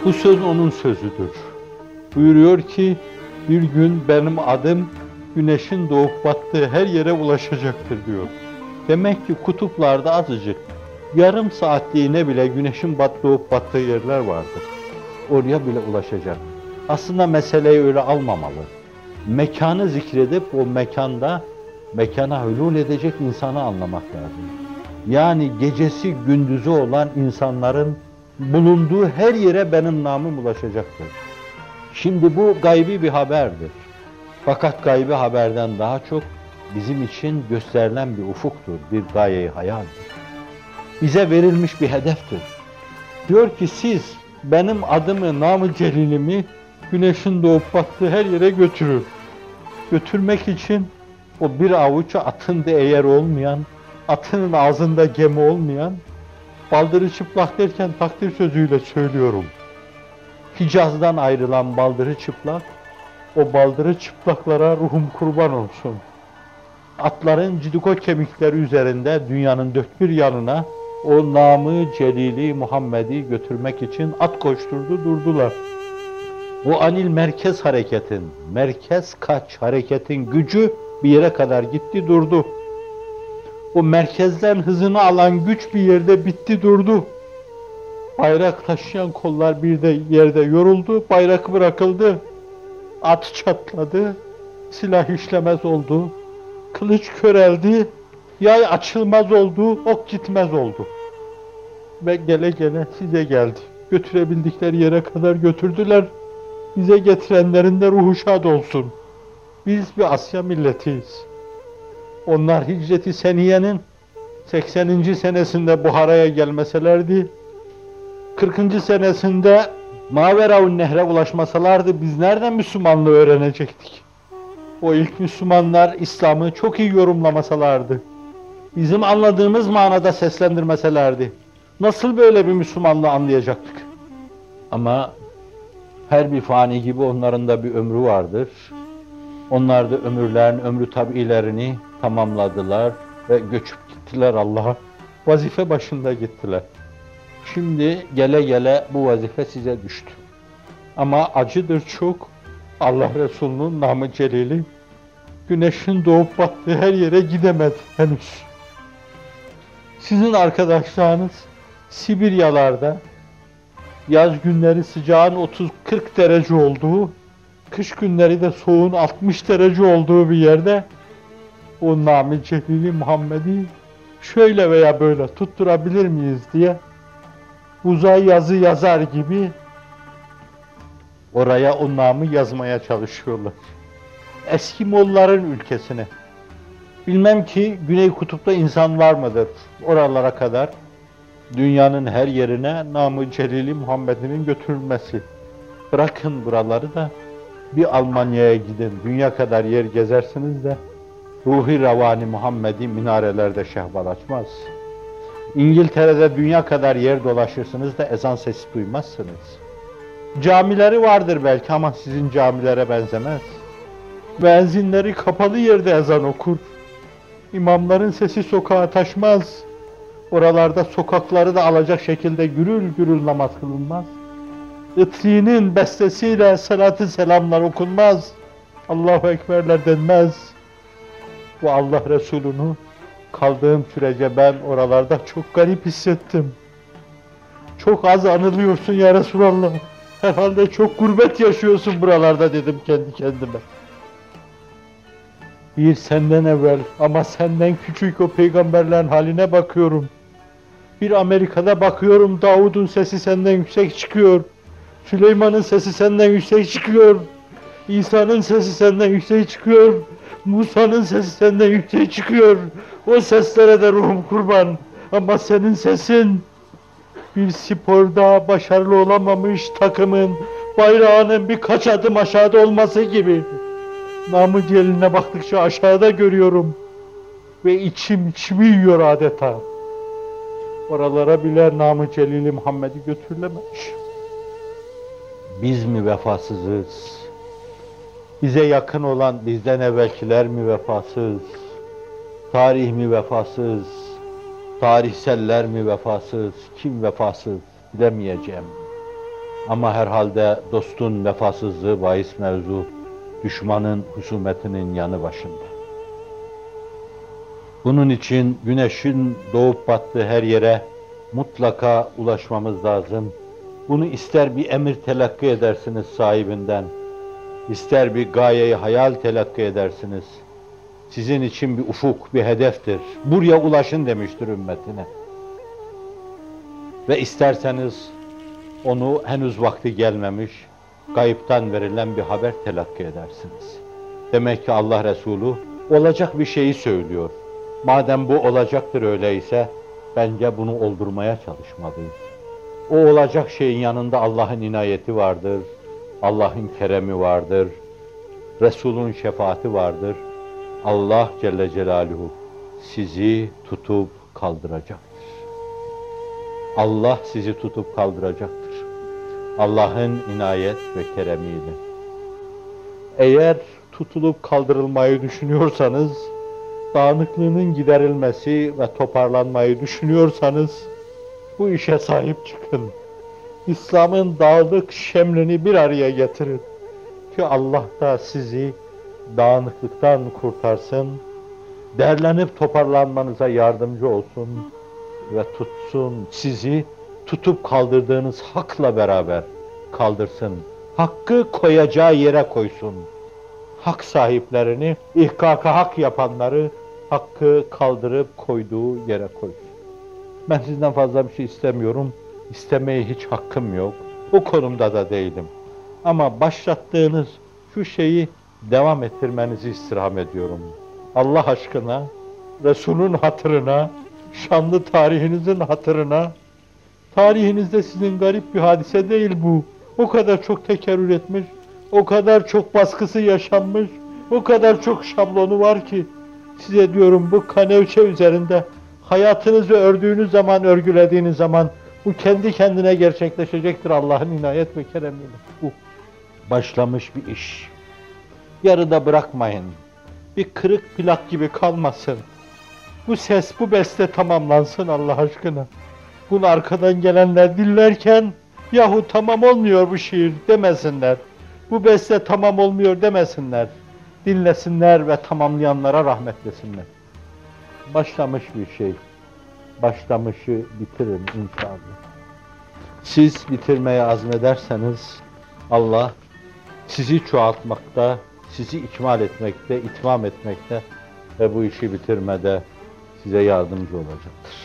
Bu söz onun sözüdür. Buyuruyor ki, bir gün benim adım güneşin doğup battığı her yere ulaşacaktır diyor. Demek ki kutuplarda azıcık, yarım saatliğine bile güneşin doğup battığı yerler vardır. Oraya bile ulaşacak. Aslında meseleyi öyle almamalı. Mekanı zikredip o mekana hulul edecek insanı anlamak lazım. Yani gecesi gündüzü olan insanların bulunduğu her yere benim namım ulaşacaktır. Şimdi bu gaybi bir haberdir. Fakat gaybi haberden daha çok bizim için gösterilen bir ufuktur, bir gaye-i hayaldir. Bize verilmiş bir hedeftir. Diyor ki siz benim adımı, namı celilimi güneşin doğup battığı her yere götürün. Götürmek için o bir avuç atın değer olmayan, atının ağzında gemi olmayan, baldırı çıplak derken takdir sözüyle söylüyorum. Hicaz'dan ayrılan baldırı çıplak, o baldırı çıplaklara ruhum kurban olsun. Atların cidiko kemikleri üzerinde dünyanın dört bir yanına o namı celili Muhammed'i götürmek için at koşturdu durdular. O anil merkez hareketin, merkez kaç hareketin gücü bir yere kadar gitti durdu. O merkezden hızını alan güç bir yerde bitti durdu. Bayrak taşıyan kollar bir de yerde yoruldu, bayrak bırakıldı. At çatladı, silah işlemez oldu, kılıç köreldi, yay açılmaz oldu, ok gitmez oldu. Ve gele gele size geldi. Götürebildikleri yere kadar götürdüler. Bize getirenlerin de ruhu şad olsun. Biz bir Asya milletiyiz. Onlar Hicret-i Seniye'nin 80. senesinde Buhara'ya gelmeselerdi, 40. senesinde Maveraun Nehre ulaşmasalardı biz nereden Müslümanlığı öğrenecektik? O ilk Müslümanlar İslam'ı çok iyi yorumlamasalardı, bizim anladığımız manada seslendirmeselerdi, nasıl böyle bir Müslümanlığı anlayacaktık? Ama her bir fani gibi onların da bir ömrü vardır. Onlar da ömrü tabiilerini tamamladılar ve göçüp gittiler Allah'a. Vazife başında gittiler. Şimdi gele gele bu vazife size düştü. Ama acıdır çok. Allah Resulü'nün namı celili güneşin doğup battığı her yere gidemedi henüz. Sizin arkadaşlarınız Sibiryalarda yaz günleri sıcağın 30-40 derece olduğu, kış günleri de soğuğun 60 derece olduğu bir yerde o namı celili Muhammed'i şöyle veya böyle tutturabilir miyiz diye uzay yazı yazar gibi oraya o namı yazmaya çalışıyorlar. Eskimolların ülkesine. Bilmem ki Güney Kutup'ta insan var mıdır oralara kadar dünyanın her yerine namı celili Muhammed'in götürülmesi. Bırakın buraları da bir Almanya'ya gidin, dünya kadar yer gezersiniz de ruhi revani Muhammed'i minarelerde şehbal açmaz. İngiltere'de dünya kadar yer dolaşırsınız da ezan sesi duymazsınız. Camileri vardır belki ama sizin camilere benzemez. Müezzinleri kapalı yerde ezan okur. İmamların sesi sokağa taşmaz. Oralarda sokakları da alacak şekilde gürül gürül namaz kılınmaz. Itri'nin bestesiyle salatı selamlar okunmaz. Allahu Ekberler denmez. Bu Allah Resulü'nü kaldığım sürece ben oralarda çok garip hissettim. Çok az anılıyorsun ya Resulallah. Herhalde çok gurbet yaşıyorsun buralarda dedim kendi kendime. Bir senden evvel ama senden küçük o peygamberlerin haline bakıyorum. Bir Amerika'da bakıyorum, Davud'un sesi senden yüksek çıkıyor. Süleyman'ın sesi senden yüksek çıkıyor. İsa'nın sesi senden yüksek çıkıyor. Musa'nın sesi senden yüksek çıkıyor. O seslere de ruhum kurban. Ama senin sesin bir sporda başarılı olamamış takımın bayrağının birkaç adım aşağıda olması gibi. Namı celine baktıkça aşağıda görüyorum. Ve içimi yiyor adeta. Oralara bile namı celili Muhammed'i götürülememiş. Biz mi vefasızız? Bize yakın olan bizden evvelkiler mi vefasız? Tarih mi vefasız? Tarihseller mi vefasız? Kim vefasız? Bilemeyeceğim. Ama herhalde dostun vefasızlığı bahis mevzu, düşmanın husumetinin yanı başında. Bunun için güneşin doğup battığı her yere mutlaka ulaşmamız lazım. Bunu ister bir emir telakki edersiniz sahibinden, ister bir gayeyi hayal telakki edersiniz. Sizin için bir ufuk, bir hedeftir. Buraya ulaşın demiştir ümmetine. Ve isterseniz onu henüz vakti gelmemiş, gayipten verilen bir haber telakki edersiniz. Demek ki Allah Resulü olacak bir şeyi söylüyor. Madem bu olacaktır öyleyse, bence bunu oldurmaya çalışmalıyız. O olacak şeyin yanında Allah'ın inayeti vardır, Allah'ın keremi vardır, Resul'ün şefaati vardır. Allah Celle Celaluhu sizi tutup kaldıracaktır. Allah sizi tutup kaldıracaktır. Allah'ın inayet ve keremiyle. Eğer tutulup kaldırılmayı düşünüyorsanız, dağınıklığının giderilmesi ve toparlanmayı düşünüyorsanız, bu işe sahip çıkın. İslam'ın dağlık şemlini bir araya getirin. Ki Allah da sizi dağınıklıktan kurtarsın, derlenip toparlanmanıza yardımcı olsun ve tutsun, sizi tutup kaldırdığınız hakla beraber kaldırsın. Hakkı koyacağı yere koysun. Hak sahiplerini, ihkaka hak yapanları hakkı kaldırıp koyduğu yere koysun. Ben sizden fazla bir şey istemiyorum. İstemeye hiç hakkım yok. O konumda da değilim. Ama başlattığınız şu şeyi devam ettirmenizi istirham ediyorum. Allah aşkına, Resul'ün hatırına, şanlı tarihinizin hatırına, tarihinizde sizin garip bir hadise değil bu. O kadar çok tekerrür etmiş, o kadar çok baskısı yaşanmış, o kadar çok şablonu var ki, size diyorum bu kanevçe üzerinde hayatınızı ördüğünüz zaman, örgülediğiniz zaman, bu kendi kendine gerçekleşecektir Allah'ın inayet ve keremiyle. Bu başlamış bir iş. Yarıda bırakmayın. Bir kırık plak gibi kalmasın. Bu ses, bu beste tamamlansın Allah aşkına. Bunu arkadan gelenler dinlerken, yahu tamam olmuyor bu şiir demesinler. Bu beste tamam olmuyor demesinler. Dinlesinler ve tamamlayanlara rahmetlesinler. Başlamış bir şey. Başlamışı bitirin inşallah. Siz bitirmeye azmederseniz, Allah sizi çoğaltmakta, sizi ikmal etmekte, itmam etmekte ve bu işi bitirmede size yardımcı olacaktır.